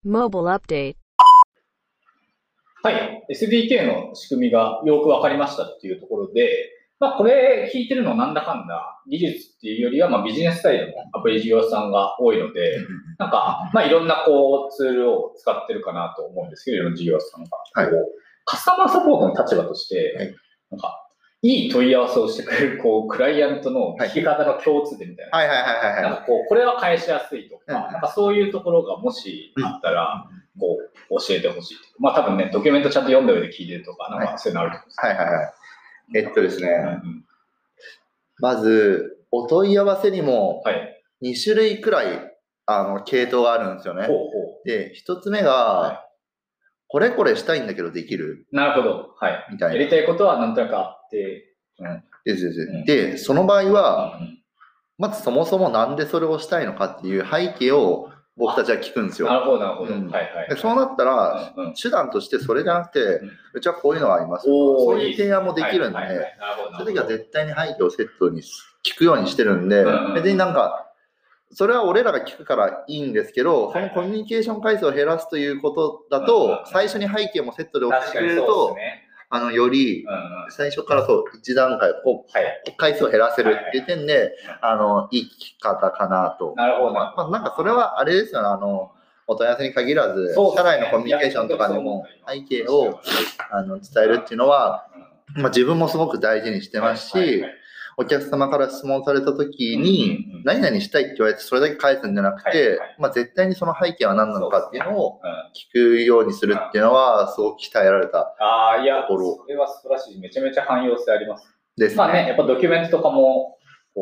Mobile Update。 はい。SDK の仕組みがよくわかりましたっていうところで、これ聞いてるのなんだかんだ技術っていうよりは、ビジネスサイドのアプリ事業者さんが多いので、いろんなツールを使ってるかなと思うんですけど、いろんな事業者さんが。 はい、 カスタマーサポートの立場として、いい問い合わせをしてくれる、クライアントの聞き方の共通点みたいな。これは返しやすいとか、そういうところがもしあったら、教えてほしい。多分ね、ドキュメントちゃんと読んだ上で聞いてるとか、そういうのあると思うんです。 ですね、まず、お問い合わせにも2種類くらい、系統があるんですよね。で、1つ目が、これこれしたいんだけどできる。 なるほど。はい。みたいな。やりたいことはなんとなくあって。 で、その場合は、まずそもそもなんでそれをしたいのかっていう背景を僕たちは聞くんですよ。 なるほど、なるほど。 でそうなったら、手段としてそれじゃなくて、うちはこういうのがありますよ。そういう提案もできるんで、そういう時は絶対に背景をセットに聞くようにしてるんで、別にそれは俺らが聞くからいいんですけど、そのコミュニケーション回数を減らすということだと、最初に背景もセットで教えてくれると、より最初から一段階回数を減らせるっていう点で、いい聞き方かなと。 なるほど。 それはあれですよね、お問い合わせに限らず、社内のコミュニケーションとかでも背景を伝えるっていうのは、自分もすごく大事にしてますし、お客様から質問された時に何々したいって言われてそれだけ返すんじゃなくて、絶対にその背景は何なのかっていうのを聞くようにするっていうのはすごく鍛えられたところ。 それは素晴らしい。めちゃめちゃ汎用性あります。 ですね。 やっぱドキュメントとかも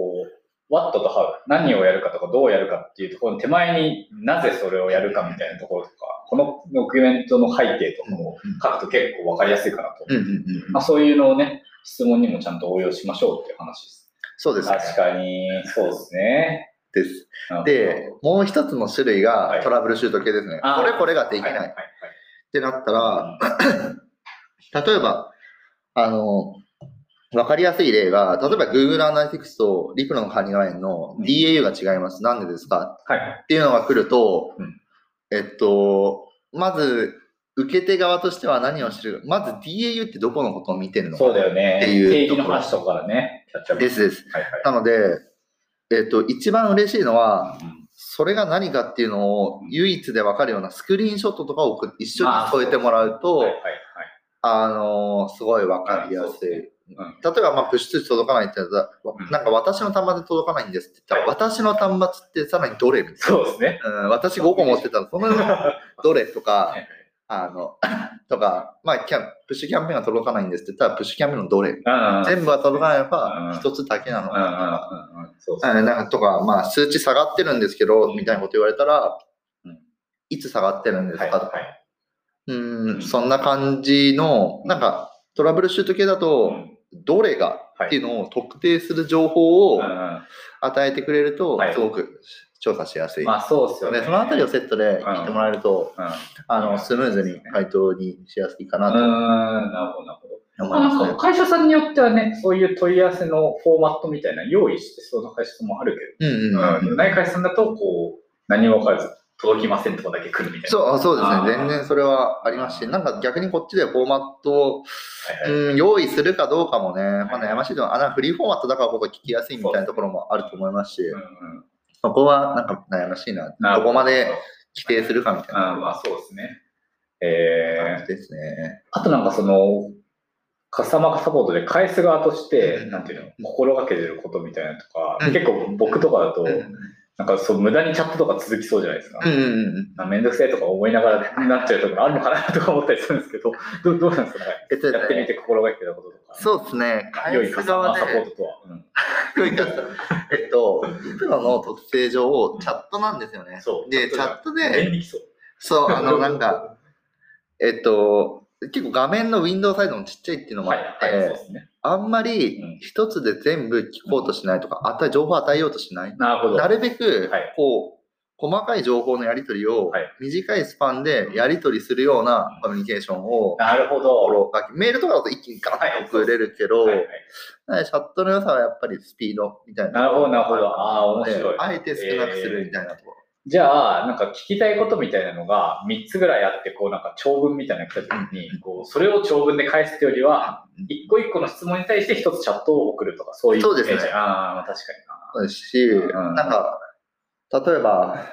what と how、何をやるかとかどうやるかっていうところの手前になぜそれをやるかみたいなところとか、このドキュメントの背景とかも書くと結構わかりやすいかなと思う。そういうのをね、質問にもちゃんと応用しましょうっていう話です。 そうですね。 確かに、そうですね。 です。で、もう一つの種類がトラブルシュート系ですね。これができない。ってなったら、例えば、わかりやすい例が、例えば Google Analytics とリプロの管理画面の DAU が違います。なんでですかっていうのが来ると、まず、受け手側としては何をしてる、まず DAU ってどこのことを見てるのかっていう定義の話とかからね、 です。なので、一番嬉しいのは、それが何かっていうのを唯一で分かるようなスクリーンショットとかを一緒に添えてもらうと、すごい分かりやすい。例えば、プッシュ通知届かないって言ったら、私の端末で届かないんですって言ったら、私の端末ってさらにどれみたいな。 そうですね。 私5個持ってたら、そのどれとか、プッシュキャンペーンが届かないんですって言ったら、プッシュキャンペーンのどれ全部は届かないのか、一つだけなのかとか、数値下がってるんですけど、みたいなこと言われたら、いつ下がってるんですかとか。そんな感じの、トラブルシュート系だと、どれがっていうのを特定する情報を与えてくれると、すごく調査しやすい。 そうですよね。 そのあたりをセットで聞いてもらえると、スムーズに回答にしやすいかなと。 なるほど。会社さんによってはね、そういう問い合わせのフォーマットみたいな用意してそうな会社さんもあるけど、ない会社さんだと、何も分からず、届きませんとかだけ来るみたいな。 そうですね。全然それはありますし、逆にこっちでフォーマットを用意するかどうかもね、悩ましいのは、フリーフォーマットだからこそ聞きやすいみたいなところもあると思いますし、そこは悩ましいな。どこまで規定するかみたいな。 そうですね。 ですね。 あとカスタマーサポートで返す側として、心がけてることみたいなとか、結構僕とかだと、無駄にチャットとか続きそうじゃないですか。めんどくせえとか思いながらなっちゃうところあるのかなとか思ったりするんですけど、どうなんですかね。やってみて心がけてたこととか。 そうですね。 良いカスタマーサポートとは。 良いカスタマー。リプロの特性上、チャットなんですよね。で、チャットで、結構画面のウィンドウサイズもちっちゃいっていうのもあって、あんまり一つで全部聞こうとしないとか、情報を与えようとしない。なるべく、細かい情報のやり取りを短いスパンでやり取りするようなコミュニケーションを、メールとかだと一気にガッと送れるけど、チャットの良さはやっぱりスピードみたいな。 なるほど。面白い。 あえて少なくするみたいなところ。 じゃあ、なんか聞きたいことみたいなのが3つぐらいあって、こうなんか長文みたいなのが来た時に、こう、それを長文で返すってよりは、一個一個の質問に対して一つチャットを送るとか、そういう。 そうですね。 ああ、確かにな。 そうですし、なんか、例えば、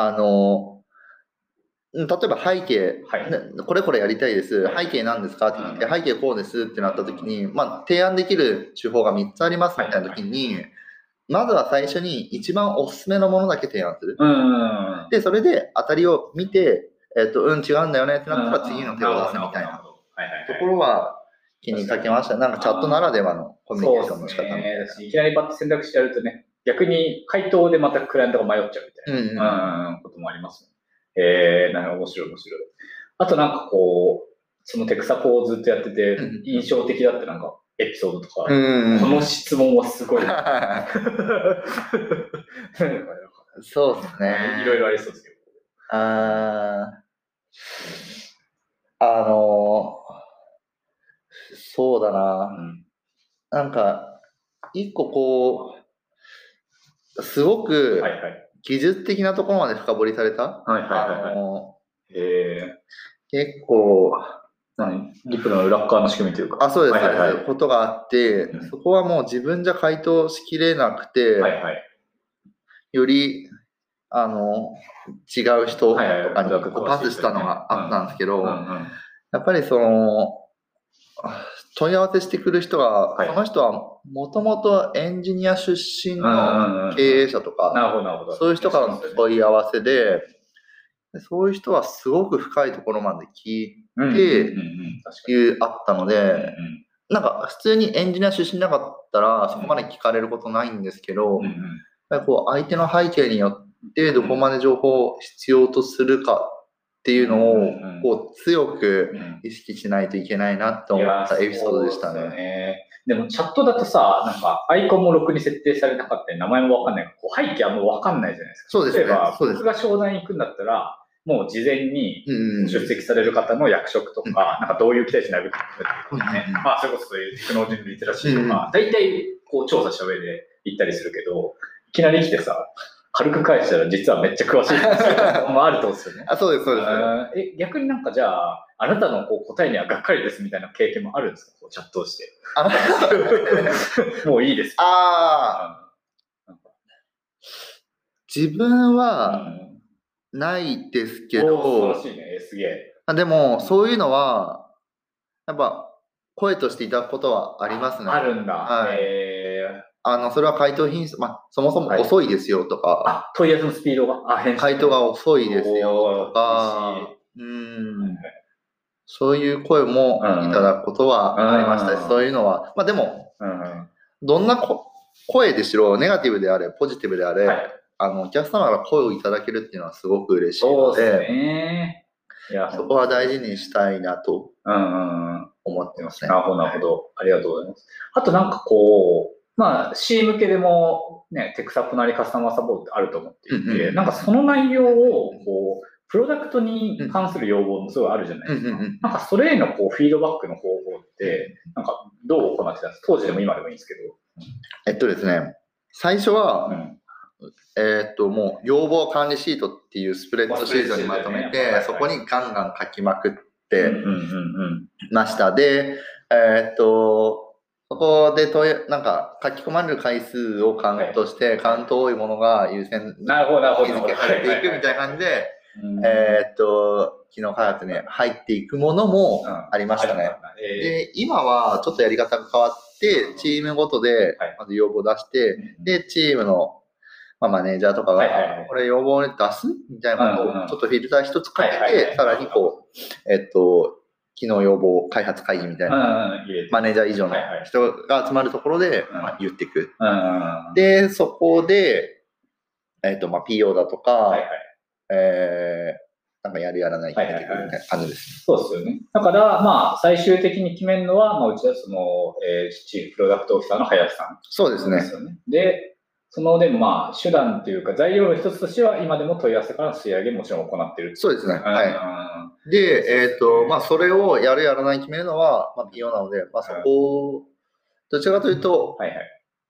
例えば背景、これこれやりたいです、背景なんですかって聞いて、背景こうですってなった時に、提案できる手法が3つありますみたいな時に、まずは最初に一番おすすめのものだけ提案する。で、それで当たりを見て、違うんだよねってなったら次の手を出すみたいなところは気にかけました。なんかチャットならではのコミュニケーションの仕方みたいな。 いきなりバッと選択肢やるとね、逆に回答でまたクライアントが迷っちゃうみたいなこともありますね。なんか面白い。あとなんかこう、そのテクサポをずっとやってて、印象的だってなんかエピソードとか、この質問はすごい。 そうですね。 いろいろありそうですけど。 そうだな。なんか、一個こう、すごく技術的なところまで深掘りされた。結構、 リプの裏側の仕組みというか。 そうです。ことがあって、そこはもう自分じゃ回答しきれなくて、より、違う人とかにパスしたのがあったんですけど、やっぱりその、問い合わせしてくる人が、その人はもともとエンジニア出身の経営者とか、そういう人からの問い合わせで、そういう人はすごく深いところまで聞いて、あったので、なんか普通にエンジニア出身なかったらそこまで聞かれることないんですけど、こう相手の背景によってどこまで情報を必要とするかっていうのをこう強く意識しないといけないなと思ったエピソードでしたね。 でもチャットだとさ、なんかアイコンもろくに設定されなかったり名前もわかんないから、こう背景はもうわかんないじゃないですか。 そうですね。 例えば僕が商談行くんだったら、もう事前に出席される方の役職とか、なんかどういう期待値になるかとかね、それこそそういうテクノロジーのリテラシーとか、大体こう調査した上で行ったりするけど、いきなり来てさ、軽く返したら実はめっちゃ詳しいもあると思うんですよね。 そうです、そうです。逆になんかじゃあ、あなたのこう答えにはがっかりですみたいな経験もあるんですか、こうチャットをして。もういいです。 自分はないですけど、 素晴らしいね、すげえ。 でも、そういうのは、やっぱ声としていただくことはありますね。 あるんだ。 それは回答品質、そもそも遅いですよとか、 問い合わせのスピードが、 回答が遅いですよとか、そういう声もいただくことはありましたし、そういうのは、でも、どんな声でしろ、ネガティブであれ、ポジティブであれ、お客様から声をいただけるっていうのはすごく嬉しいので、そこは大事にしたいなと思ってますね。 なるほど。ありがとうございます。あとなんかこう、C 向けでもね、テクサポなりカスタマーサポートってあると思っていて、なんかその内容をこう、プロダクトに関する要望もすごいあるじゃないですか。なんかそれへのこうフィードバックの方法って、なんかどう行ってたんですか？当時でも今でもいいんですけど。ですね、最初は、もう要望管理シートっていうスプレッドシートにまとめて、そこにガンガン書きまくってました。で、そこでなんか書き込まれる回数をカウントして、カウント多いものが優先に付けされていくみたいな感じで、機能開発に入っていくものもありましたね。で、今はちょっとやり方が変わって、チームごとでまず要望を出して、で、チームのマネージャーとかが、これ要望に出すみたいなことをちょっとフィルター一つかけて、さらにこう、機能要望開発会議みたいな、マネージャー以上の人が集まるところで言っていく。で、そこで、PO だとか、なんかやるやらないって出てくるみたいな感じです。 そうですよね。だから、最終的に決めるのは、うちはその、プロダクトオフィサーの林さん。 そうですね。 で、そのでも手段というか材料の一つとしては今でも問い合わせからの仕上げもちろん行っている。 そうですね。はい。で、それをやるやらない決めるのは、PO なので、そこを、どちらかというと、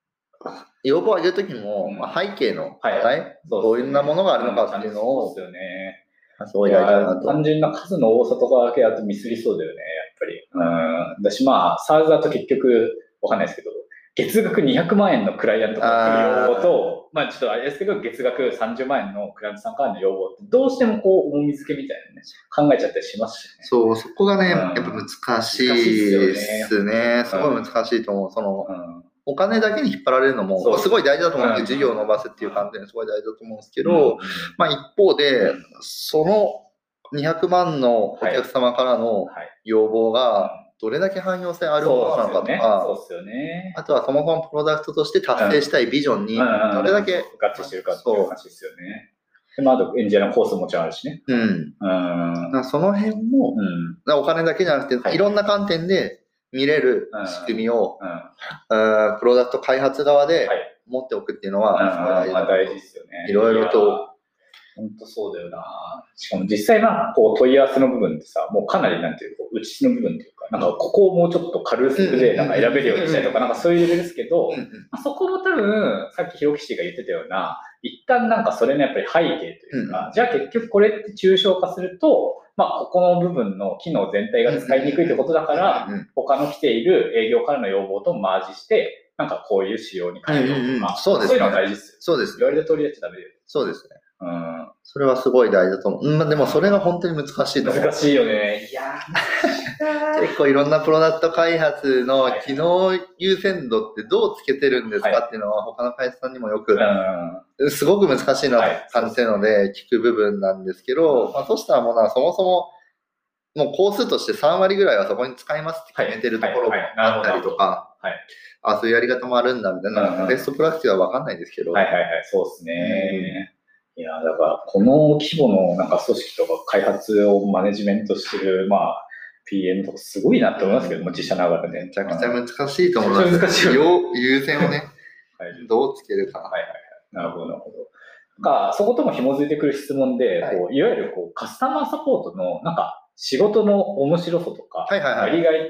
要望を上げるときも、背景の課題、どういうなものがあるのかっていうのを、 そうですよね。 すごい大事だなと。 単純な数の多さとかだけだとミスりそうだよね、やっぱり。だし、SaaS だと結局、わかんないですけど、月額200万円のクライアントからの要望と、ちょっとあれですけど、月額30万円のクライアントさんからの要望って、どうしても重み付けみたいなね、考えちゃったりしますしね。 そう、そこがね、やっぱ難しいですね。すごい難しいと思う。お金だけに引っ張られるのもすごい大事だと思うんで、事業を伸ばすっていう観点ですごい大事だと思うんですけど、一方で、その200万のお客様からの要望がどれだけ汎用性あるものなのかとか、あとはそもそもプロダクトとして達成したいビジョンにどれだけ合致してるかっていう話ですよね。あとエンジニアのコースももちろんあるしね。 その辺も、お金だけじゃなくて、いろんな観点で見れる仕組みを、プロダクト開発側で持っておくっていうのは、 大事ですよね。 いろいろと。 本当そうだよな。しかも実際問い合わせの部分ってさ、もうかなり内地の部分っていうか、ここをもうちょっと軽くで選べるようにしたりとか、そういうレベルですけど、そこも多分、さっきひろきしが言ってたような、一旦それのやっぱり背景というか、じゃあ結局これって抽象化すると、ここの部分の機能全体が使いにくいってことだから、他の来ている営業からの要望とマージして、こういう仕様に変えようとか、そういうのは大事ですよ。 そうです。 言われた通りやっちゃダメだよ。 そうですね。それはすごい大事だと思う。でもそれが本当に難しいと思う。 難しいよね。いや結構いろんなプロダクト開発の機能優先度ってどうつけてるんですかっていうのは他の会社さんにもよく、すごく難しいなと感じてるので聞く部分なんですけど、そしたらもうそもそももう工数として3割ぐらいはそこに使いますって決めてるところもあったりとか、そういうやり方もあるんだみたいな、ベストプラクティは分かんないですけど。 そうですね。いや、だから、この規模の組織とか開発をマネジメントしてる、PM とかすごいなって思いますけども、自社ながらで。 めちゃくちゃ難しいと思います。難しい。優先をね、どうつけるか。 なるほど、なるほど。そことも紐づいてくる質問で、いわゆるカスタマーサポートの、仕事の面白さとか、やりがいって、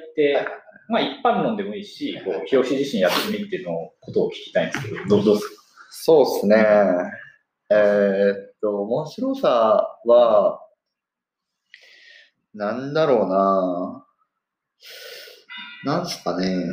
一般論でもいいし、ひろし自身やってみるっていうことを聞きたいんですけど、どうですか？ そうですね。面白さは、なんだろうな。なんすかね。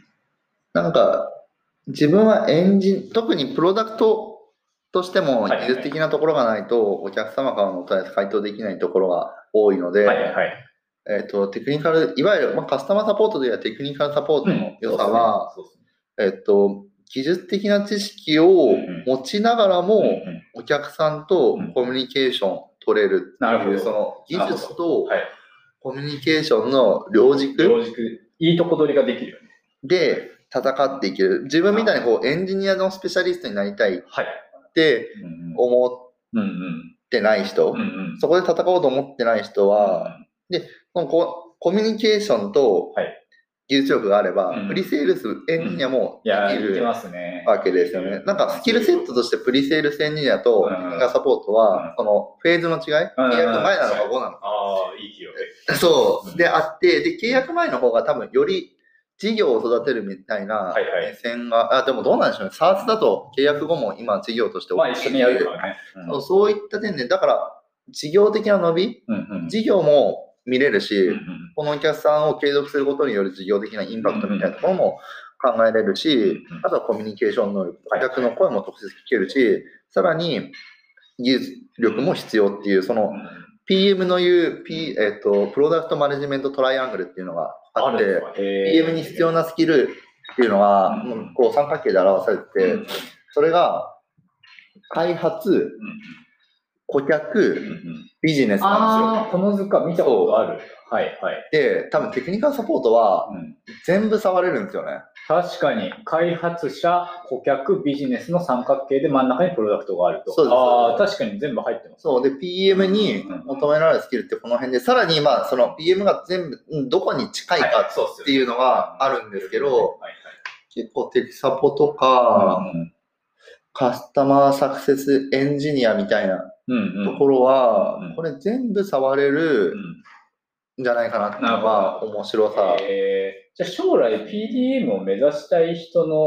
自分は特にプロダクトとしても技術的なところがないと、お客様からのお問い合わせ回答できないところが多いので、テクニカル、いわゆる、カスタマーサポートではテクニカルサポートの良さは、技術的な知識を持ちながらも、お客さんとコミュニケーション取れるっていう、その技術とコミュニケーションの両軸いいとこ取りができるよね。 で戦っていける。自分みたいにエンジニアのスペシャリストになりたいって思ってない人、そこで戦おうと思ってない人は、でコミュニケーションと技術力があれば、プリセールスエンジニアもできるわけですよね。スキルセットとしてプリセールスエンジニアとテクニカルサポートは、そのフェーズの違い、契約前なのか後なのか。 いい企業そう。であって、で、契約前の方が多分より事業を育てるみたいな目線が、でもどうなんでしょうね。SaaS だと契約後も今事業として一緒にやるからね。 そういった点で、だから事業的な伸び、事業も見れるし、このお客さんを継続することによる事業的なインパクトみたいなところも考えれるし、あとはコミュニケーション能力、お客の声も直接聞けるし、さらに技術力も必要っていう、その PM の言う、プロダクトマネジメントトライアングルっていうのがあって、PM に必要なスキルっていうのは、三角形で表されてて、それが開発、顧客、ビジネスなんですよ。この図鑑見たことある。 で、多分テクニカルサポートは全部触れるんですよね。 確かに、開発者、顧客、ビジネスの三角形で真ん中にプロダクトがあると。確かに全部入ってます。 そうで、PM に求められるスキルってこの辺で、さらにその PM が全部どこに近いかっていうのがあるんですけど、結構テクサポとか、カスタマーサクセスエンジニアみたいなところは、これ全部触れるんじゃないかなっていうのが面白さ。 じゃあ将来 PDM を目指したい人の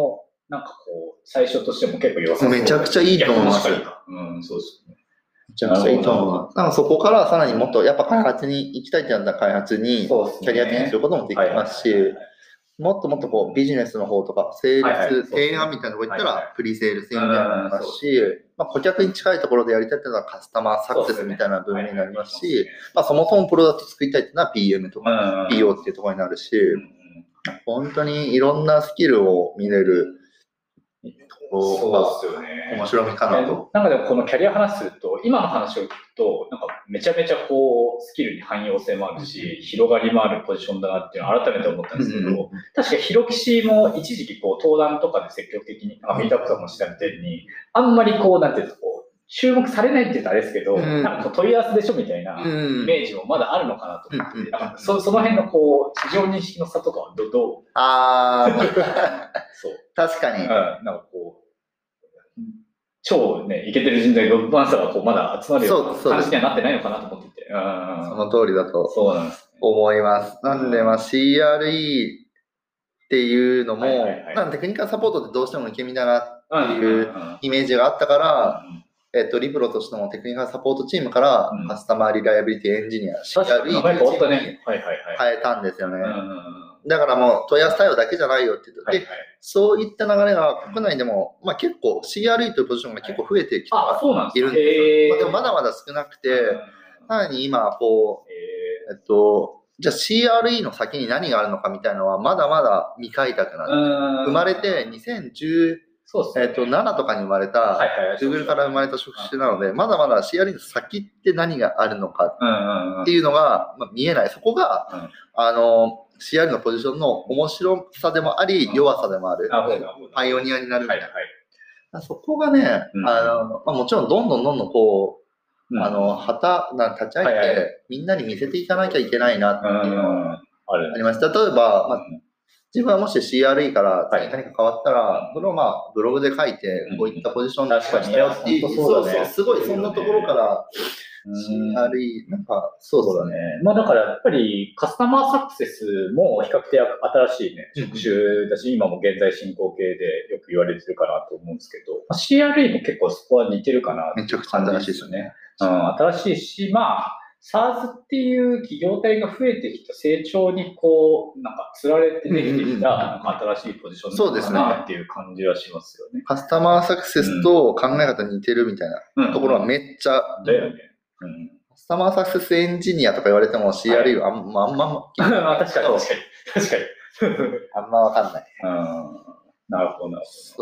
なんかこう、最初としても結構良さそう。 めちゃくちゃいいと思います。 そうですね。 めちゃくちゃいいと思います。なんかそこからさらにもっとやっぱ開発に行きたいってなったら開発にキャリア転することもできますし、もっともっとこうビジネスの方とか、セールス、提案みたいなところ行ったら、プリセールスエンジニアになりますし、顧客に近いところでやりたいっていうのはカスタマーサクセスみたいな部分になりますし、そもそもプロダクト作りたいっていうのは PM とか PO っていうところになるし、本当にいろんなスキルを見れるそうですよね。 面白みかなと。 なんかでもこのキャリア話すると、今の話を聞くと、なんかめちゃめちゃこう、スキルに汎用性もあるし、広がりもあるポジションだなっていうのを改めて思ったんですけど、確かヒロキシも一時期こう、登壇とかで積極的に、ミートアップとかもしたみたいに、あんまりこう、なんていうんですか、こう、注目されないって言ったらあれですけど、なんか問い合わせでしょみたいなイメージもまだあるのかなと思って、なんかその辺のこう、市場認識の差とかはどうそう。 確かに。 なんかこう、超ね、イケてる人材がバンサーがこうまだ集まるような話にはなってないのかなと思ってて。 その通りだと思います。なんで、CRE っていうのも、テクニカルサポートってどうしても受け身だなっていうイメージがあったから、リプロとしてもテクニカルサポートチームからカスタマーリライアビリティエンジニア、CRE っていうチームに変えたんですよね。だからもう問い合わせ対応だけじゃないよって言って、でそういった流れが国内でも、結構 CRE というポジションが結構増えてきているんですよ。でもまだまだ少なくて、さらに今こう、じゃあ CRE の先に何があるのかみたいなのはまだまだ未開拓なんです。生まれて2017とかに生まれた、Google から生まれた職種なので、まだまだ CRE の先って何があるのかっていうのが見えない。そこが、CRE のポジションの面白さでもあり、弱さでもある。パイオニアになるみたいな。そこがね、もちろんどんどんこう、立ち上げて、みんなに見せていかなきゃいけないなっていうのがあります。例えば、自分はもし CRE から何か変わったら、それをブログで書いて、こういったポジションにしたよっていう、すごいそんなところから、CRE、なんか、そうだね。 だからやっぱりカスタマーサクセスも比較的新しいね、職種だし、今も現在進行形でよく言われてるかなと思うんですけど、CRE も結構そこは似てるかなっていう感じですよね。新しいし、SaaS っていう企業体が増えてきた成長にこう、なんか釣られてできてきた、新しいポジションだなっていう感じはしますよね。 カスタマーサクセスと考え方似てるみたいなところはめっちゃ、 だよね。 カスタマーサクセスエンジニアとか言われても CRE はあんま確かに。 あんまわかんない。 なるほど。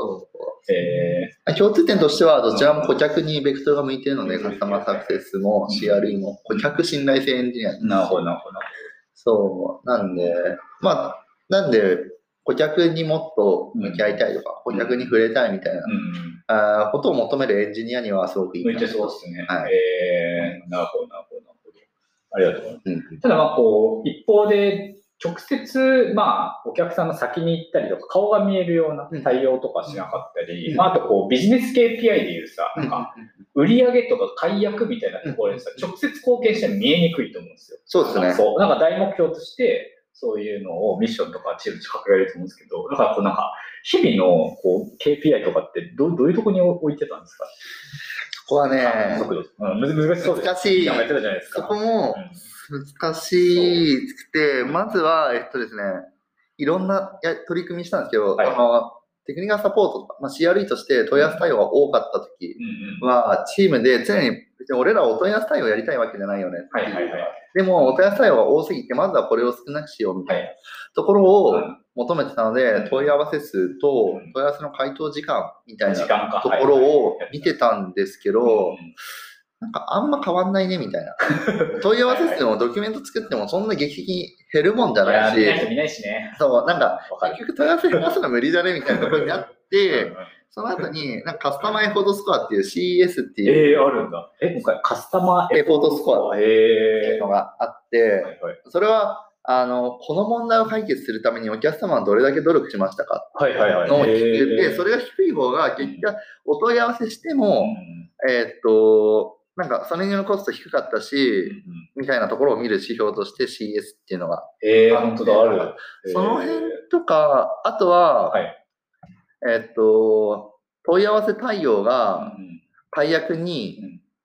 共通点としては、どちらも顧客にベクトルが向いているので、カスタマーサクセスも CRE も顧客信頼性エンジニア。 なるほど。 そう。なんで、顧客にもっと向き合いたいとか、顧客に触れたいみたいなことを求めるエンジニアにはすごくいい。 向いてそうですね。なるほど。ありがとうございます。ただ一方で、直接、お客さんの先に行ったりとか、顔が見えるような対応とかしなかったり、あとビジネス KPI でいうさ、なんか、売上とか解約みたいなところでさ、直接貢献して見えにくいと思うんですよ。 そうですね。 なんか大目標として、そういうのをミッションとかチームに掲げられると思うんですけど、だからなんか、日々のKPI とかってどういうところに置いてたんですか？ そこはね、 難しそうです。 難しい。そこも難しくて、まずは、ですね、いろんな取り組みしたんですけど、テクニカルサポートとか、CRE として問い合わせ対応が多かった時は、チームで常に、別に俺らはお問い合わせ対応やりたいわけじゃないよね。でも、お問い合わせ対応が多すぎて、まずはこれを少なくしようみたいなところを求めてたので、問い合わせ数と問い合わせの回答時間みたいなところを見てたんですけど、なんかあんま変わんないねみたいな。問い合わせ数もドキュメント作ってもそんな劇的に減るもんじゃないし。 見ないしね。 そう、なんか結局問い合わせ減らすの無理だねみたいなところになって、その後になんかカスタマーエフォートスコアっていう CES っていう。 あるんだ。今回カスタマーエフォートスコアっていうのがあって、それはこの問題を解決するためにお客様はどれだけ努力しましたかのを聞くで、それが低い方が結局お問い合わせしても、なんかそれによるコスト低かったし、みたいなところを見る指標として CS っていうのが本当だ、ある。 その辺とか、あとは、 問い合わせ対応が解約に、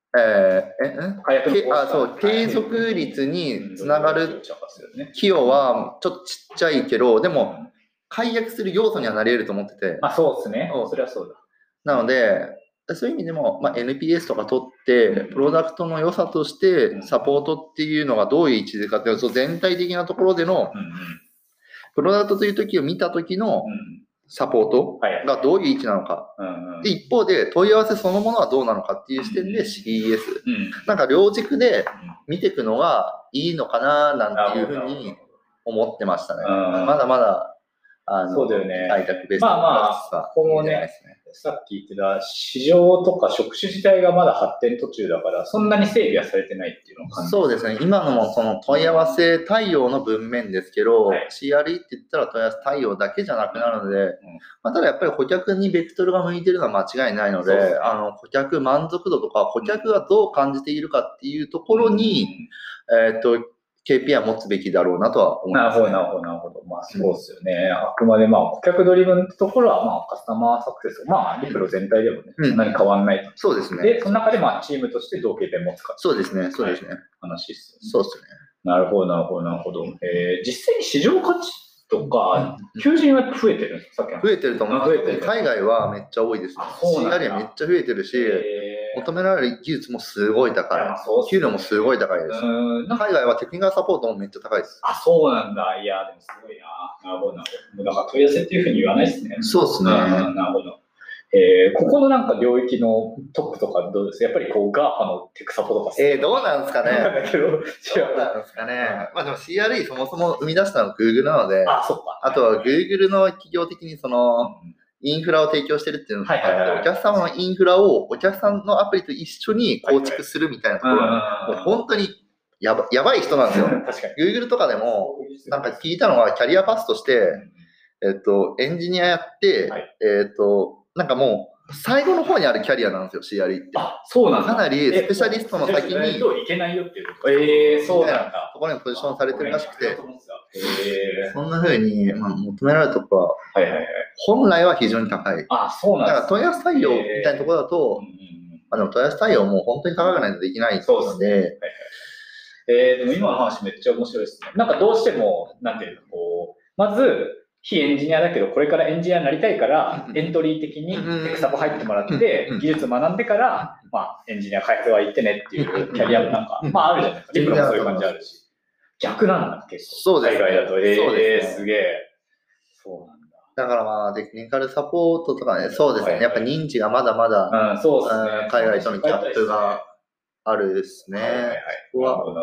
継続率につながる費用はちょっとちっちゃいけど、でも解約する要素にはなり得ると思ってて。 そうですね。それはそうだ。 なので、そういう意味でも、NPS とか取って、プロダクトの良さとしてサポートっていうのがどういう位置づけかというと、全体的なところでの、プロダクトという時を見た時のサポートがどういう位置なのか。で、一方で問い合わせそのものはどうなのかっていう視点で CS。なんか両軸で見ていくのがいいのかななんていうふうに思ってましたね。まだまだ、 そうだよね。 開拓ベストここもね、さっき言ってた市場とか職種自体がまだ発展途中だから、そんなに整備はされてないっていうのを感じ。 そうですね。今のもその問い合わせ対応の文面ですけど、CRE って言ったら問い合わせ対応だけじゃなくなるので、ただやっぱり顧客にベクトルが向いているのは間違いないので、顧客満足度とか、顧客がどう感じているかっていうところに、KPI を持つべきだろうなとは思います、ね。 なるほど。そうですよね。あくまで顧客ドリブンってところはカスタマーサクセス、リプロ全体でもね、そんなに変わんない。 そうですね。 で、その中でチームとしてどう KPI 持つか。 そうですね。 話ですよね。 そうですね。 なるほど。実際に市場価値とか、求人は増えてるんですか？ 増えてると思います。海外はめっちゃ多いです。CRE めっちゃ増えてるし、求められる技術もすごい高い。給料もすごい高いです。海外はテクニカルサポートもめっちゃ高いです。 そうなんだ。いや、でもすごいな。なるほど。だから問い合わせっていうふうに言わないですね。 そうですね。 なるほど。ここの領域のトップとかどうですか？やっぱりGAFAのテクサポとかどうなんですかね。どうなんですかね。でも CRE そもそも生み出したのは Google なので、あとは Google の企業的にインフラを提供してるっていうのと、お客様のインフラをお客さんのアプリと一緒に構築するみたいなところは、もう本当にやばい人なんですよ。Google とかでも、なんか聞いたのはキャリアパスとして、エンジニアやって、なんかもう最後の方にあるキャリアなんですよ、CRE って。 そうなんだ。 かなりスペシャリストの先に、 いけないよっていうこと。そうなんだ。 ところにポジションされてるらしくて、そんな風に、求められるところは、本来は非常に高い。 そうなんだ。 だから問い合わせ対応みたいなところだと、でも問い合わせ対応も本当に高くないとできないので、 でも今の話めっちゃ面白いですね。なんかどうしても、なんていうの、まず、非エンジニアだけど、これからエンジニアになりたいから、エントリー的にテクサポ入ってもらって、技術学んでから、エンジニア開発は行ってねっていうキャリアもなんか、あるじゃないですか。リプロもそういう感じあるし。逆なんだ、結構。海外だと。すげえ。そうなんだ。 だからテクニカルサポートとかね、そうですね。やっぱ認知がまだまだ、海外とのギャップがあるですね。ここは。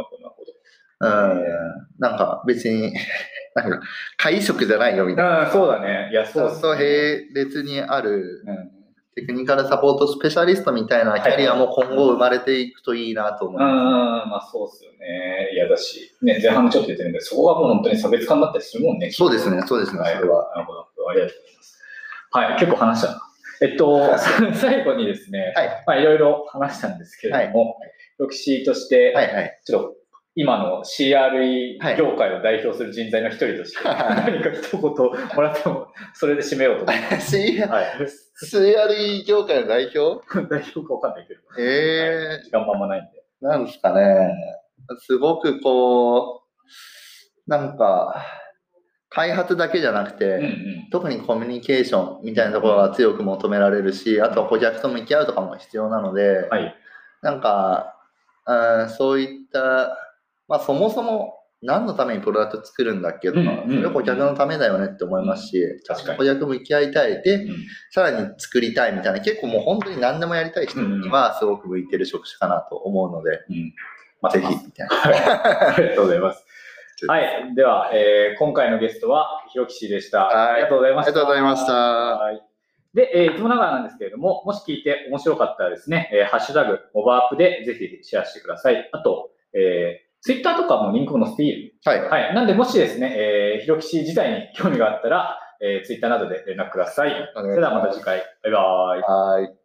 なんか別に、なんか会食じゃないよみたいな。 そうだね。いや、そうですね。 並列にあるテクニカルサポートスペシャリストみたいなキャリアも今後生まれていくといいなと思います。そうですよね。いやだし、前半ちょっと言ってるんで、そこはもう本当に差別化になったりするもんね。 そうですね。それは。 なるほど。ありがとうございます。はい、結構話したな。最後にですね、いろいろ話したんですけれども、ロキシーとして、ちょっと今の CRE 業界を代表する人材の一人として、何か一言もらっても、それで締めようと思います。 CRE 業界の代表代表かわかんないけど。時間もあんまないんで。 なんですかね。すごくなんか、開発だけじゃなくて、特にコミュニケーションみたいなところが強く求められるし、あとは顧客と向き合うとかも必要なので、なんか、そういった、そもそも何のためにプロダクト作るんだっけとか、それは顧客のためだよねって思いますし、顧客向き合いたいで、さらに作りたいみたいな、結構もう本当に何でもやりたい人にはすごく向いてる職種かなと思うので、ぜひみたいな。 ありがとうございます。はい。では、今回のゲストはひろきしでした。ありがとうございました。 ありがとうございました。 で、いつもながらなんですけれども、もし聞いて面白かったらですね、ハッシュタグ、モバアップでぜひシェアしてください。あと、ツイッターとかもリンクも載せていい？なんで、もしですね、ひろきし自体に興味があったら、ツイッターなどで連絡ください。それではまた次回。バイバイ。